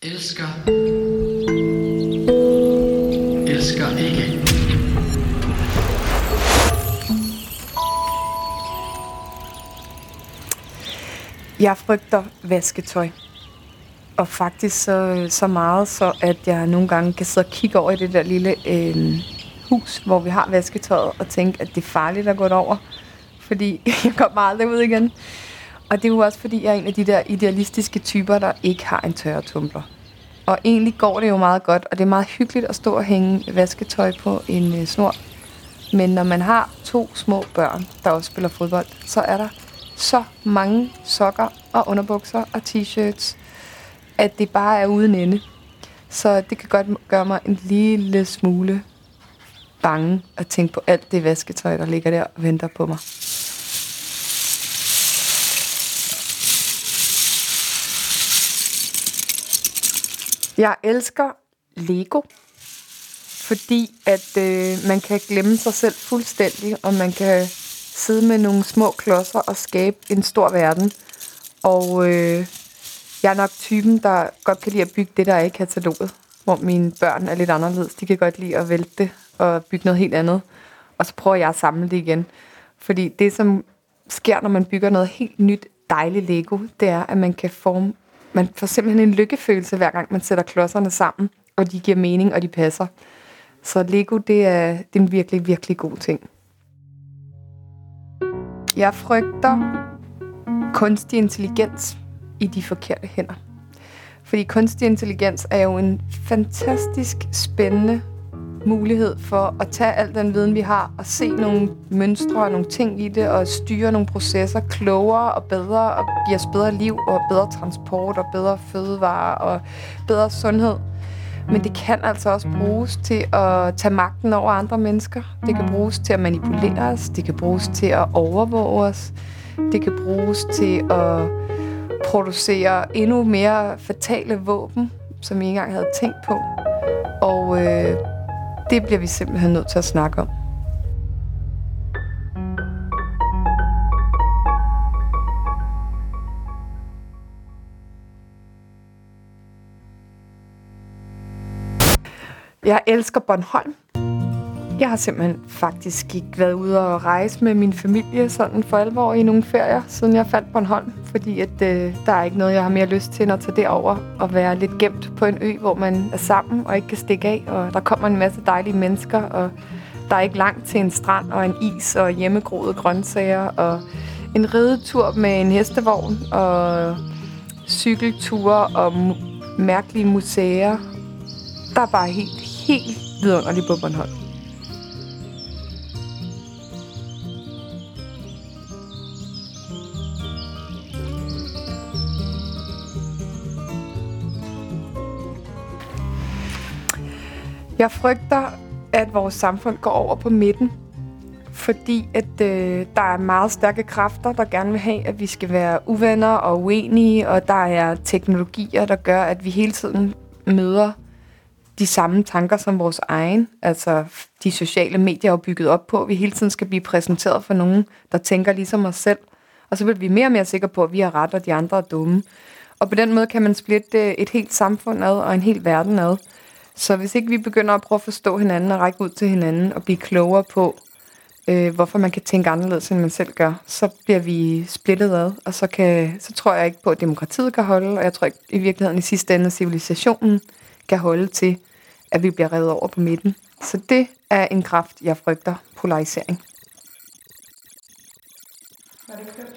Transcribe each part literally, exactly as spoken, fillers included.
Elsker. Elsker ikke. Jeg frygter vasketøj. Og faktisk så, så meget, så at jeg nogle gange kan sidde og kigge over i det der lille øh, hus, hvor vi har vasketøjet, og tænke, at det er farligt at gå derover. Fordi jeg kommer aldrig ud igen. Og det er jo også, fordi jeg er en af de der idealistiske typer, der ikke har en tørretumbler. Og egentlig går det jo meget godt, og det er meget hyggeligt at stå og hænge vasketøj på en øh, snor. Men når man har to små børn, der også spiller fodbold, så er der så mange sokker og underbukser og t-shirts, at det bare er uden ende. Så det kan godt gøre mig en lille smule bange at tænke på alt det vasketøj, der ligger der og venter på mig. Jeg elsker Lego, fordi at øh, man kan glemme sig selv fuldstændig, og man kan sidde med nogle små klodser og skabe en stor verden. Og øh, jeg er nok typen, der godt kan lide at bygge det, der er i kataloget, hvor mine børn er lidt anderledes. De kan godt lide at vælte det og bygge noget helt andet. Og så prøver jeg at samle det igen. Fordi det, som sker, når man bygger noget helt nyt, dejligt Lego, det er, at man kan forme... Man får simpelthen en lykkefølelse, hver gang man sætter klodserne sammen, og de giver mening, og de passer. Så Lego, det er, det er en virkelig, virkelig god ting. Jeg frygter kunstig intelligens i de forkerte hænder. Fordi kunstig intelligens er jo en fantastisk spændende mulighed for at tage al den viden, vi har, og se nogle mønstre og nogle ting i det, og styre nogle processer klogere og bedre, og give os bedre liv, og bedre transport, og bedre fødevarer, og bedre sundhed. Men det kan altså også bruges til at tage magten over andre mennesker. Det kan bruges til at manipulere os. Det kan bruges til at overvåge os. Det kan bruges til at producere endnu mere fatale våben, som vi ikke engang havde tænkt på. Og øh, det bliver vi simpelthen nødt til at snakke om. Jeg elsker Bornholm. Jeg har simpelthen faktisk ikke været ude og rejse med min familie sådan for alvor i nogle ferier, siden jeg fandt Bornholm. Fordi at, øh, der er ikke noget, jeg har mere lyst til, end at tage derover og være lidt gemt på en ø, hvor man er sammen og ikke kan stikke af. Og der kommer en masse dejlige mennesker, og der er ikke langt til en strand og en is og hjemmegroede grøntsager. Og en ridetur med en hestevogn og cykelture og mu- mærkelige museer. Der er bare helt, helt vidunderligt på Bornholm. Jeg frygter, at vores samfund går over på midten, fordi at øh, der er meget stærke kræfter, der gerne vil have, at vi skal være uvenner og uenige, og der er teknologier, der gør, at vi hele tiden møder de samme tanker som vores egen. Altså, de sociale medier er jo bygget op på, at vi hele tiden skal blive præsenteret for nogen, der tænker ligesom os selv. Og så bliver vi mere og mere sikre på, at vi har ret, og de andre er dumme. Og på den måde kan man splitte et helt samfund ad, og en hel verden ad. Så hvis ikke vi begynder at prøve at forstå hinanden og række ud til hinanden og blive klogere på, øh, hvorfor man kan tænke anderledes, end man selv gør, så bliver vi splittet ad, og så, kan, så tror jeg ikke på, at demokratiet kan holde, og jeg tror ikke i virkeligheden i sidste ende, at civilisationen kan holde til, at vi bliver revet over på midten. Så det er en kraft, jeg frygter: polarisering. Var det købt?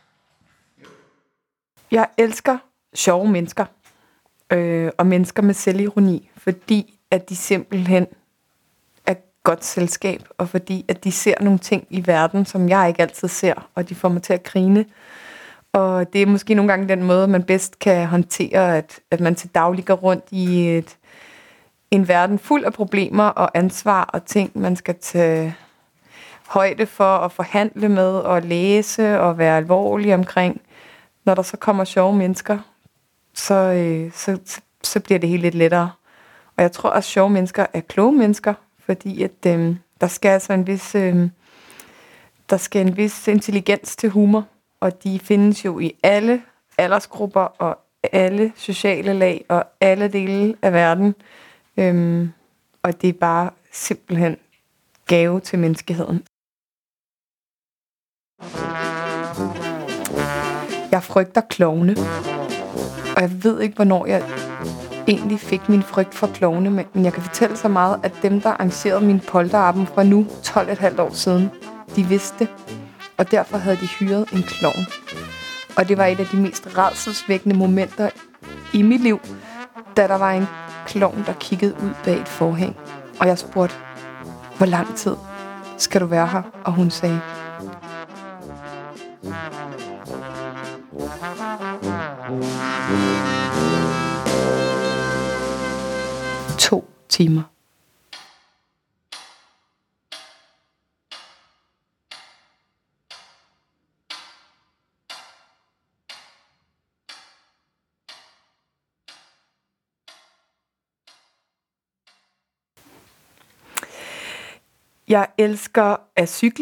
Jeg elsker sjove mennesker. Øh, og mennesker med selvironi, fordi at de simpelthen er godt selskab, og fordi at de ser nogle ting i verden, som jeg ikke altid ser, og de får mig til at grine. Og det er måske nogle gange den måde, man bedst kan håndtere, at, at man til daglig går rundt i et, en verden fuld af problemer og ansvar og ting, man skal tage højde for at forhandle med og læse og være alvorlig omkring. Når der så kommer sjove mennesker, Så, øh, så, så bliver det helt lidt lettere. Og jeg tror, at sjove mennesker er kloge mennesker, fordi at, øh, der skal altså en vis, øh, der skal en vis intelligens til humor, og de findes jo i alle aldersgrupper og alle sociale lag og alle dele af verden. Øhm, og det er bare simpelthen gave til menneskeheden. Jeg frygter klovne. Og jeg ved ikke, hvornår jeg egentlig fik min frygt for klovne, men jeg kan fortælle så meget, at dem, der arrangerede min polterappen fra nu tolv komma fem år siden, de vidste det. Og derfor havde de hyret en klovn. Og det var et af de mest rædselsvækkende momenter i mit liv, da der var en klovn, der kiggede ud bag et forhæng. Og jeg spurgte, hvor lang tid skal du være her? Og hun sagde, to timer. Jeg elsker at cykle.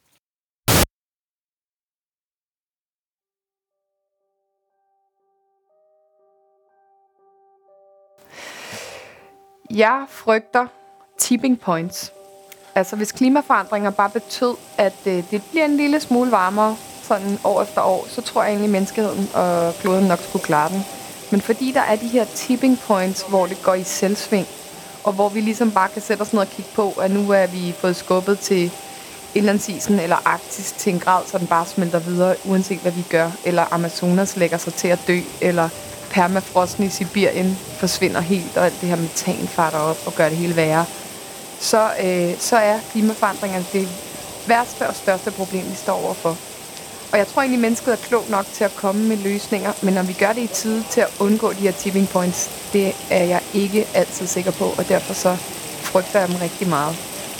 Jeg frygter tipping points. Altså hvis klimaforandringer bare betød, at øh, det bliver en lille smule varmere sådan år efter år, så tror jeg egentlig, at menneskeheden og kloden nok skulle klare den. Men fordi der er de her tipping points, hvor det går i selvsving, og hvor vi ligesom bare kan sætte os ned og kigge på, at nu er vi fået skubbet til indlandsisen eller Arktis til en grad, så den bare smelter videre, uanset hvad vi gør, eller Amazonas lægger sig til at dø, eller permafrosten i Sibirien forsvinder helt, og alt det her metan farter op og gør det hele værre, så, øh, så er klimaforandringerne det værste og største problem, vi står overfor. Og jeg tror egentlig, at mennesket er klogt nok til at komme med løsninger, men når vi gør det i tide til at undgå de her tipping points, det er jeg ikke altid sikker på, og derfor så frygter jeg dem rigtig meget.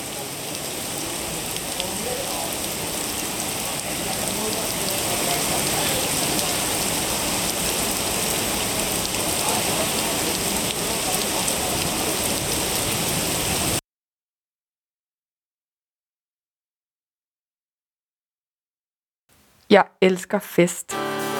Jeg elsker fest.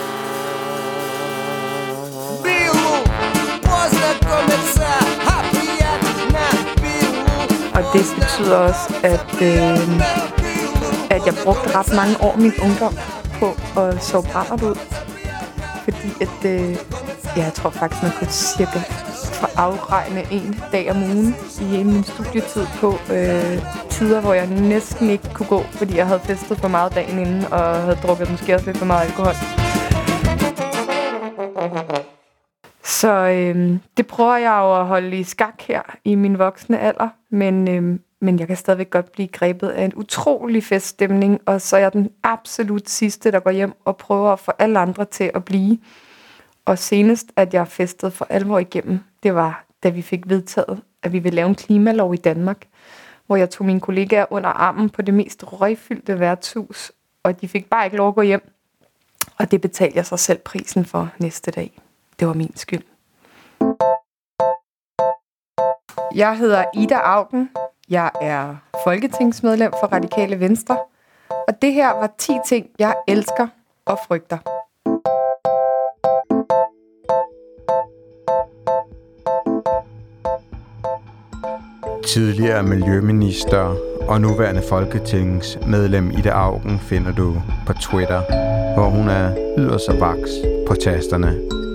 Og det betyder også, at, øh, at jeg brugte ret mange år min ungdom på at sove brændert ud. Fordi at, øh, ja, jeg tror faktisk, man kunne cirka afregne en dag om ugen i hele min studietid på øh, tider, hvor jeg næsten ikke kunne gå, fordi jeg havde festet for meget dagen inden og havde drukket måske også lidt for meget alkohol. Så øh, det prøver jeg jo at holde i skak her i min voksne alder, men, øh, men jeg kan stadigvæk godt blive grebet af en utrolig feststemning, og så er jeg den absolut sidste, der går hjem og prøver at få alle andre til at blive. Og senest, at jeg festede for alvor igennem, det var, da vi fik vedtaget, at vi ville lave en klimalov i Danmark, hvor jeg tog mine kollegaer under armen på det mest røgfyldte værtshus, og de fik bare ikke lov at gå hjem. Og det betalte jeg så selv prisen for næste dag. Det var min skyld. Jeg hedder Ida Auken. Jeg er folketingsmedlem for Radikale Venstre. Og det her var ti ting, jeg elsker og frygter. Tidligere miljøminister og nuværende folketingsmedlem Ida Auken finder du på Twitter, hvor hun er yderst og vaks på tasterne.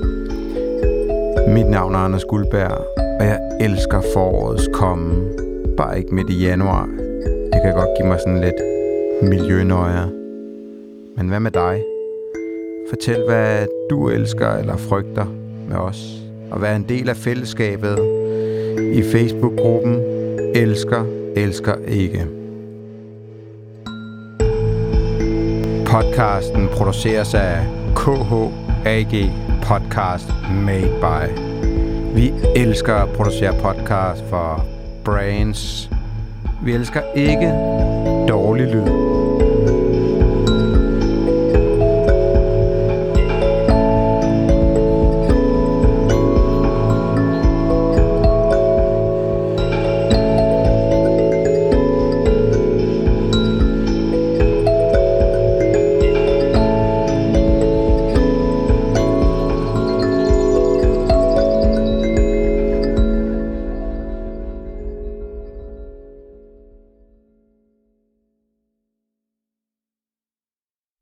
Mit navn er Anders Guldberg, og jeg elsker forårets komme. Bare ikke midt i januar. Det kan godt give mig sådan lidt miljønøje. Men hvad med dig? Fortæl, hvad du elsker eller frygter med os. Og vær en del af fællesskabet i Facebook-gruppen Elsker, elsker ikke. Podcasten produceres af K H A G Podcast Made by. Vi elsker at producere podcast for brands. Vi elsker ikke dårlig lyd.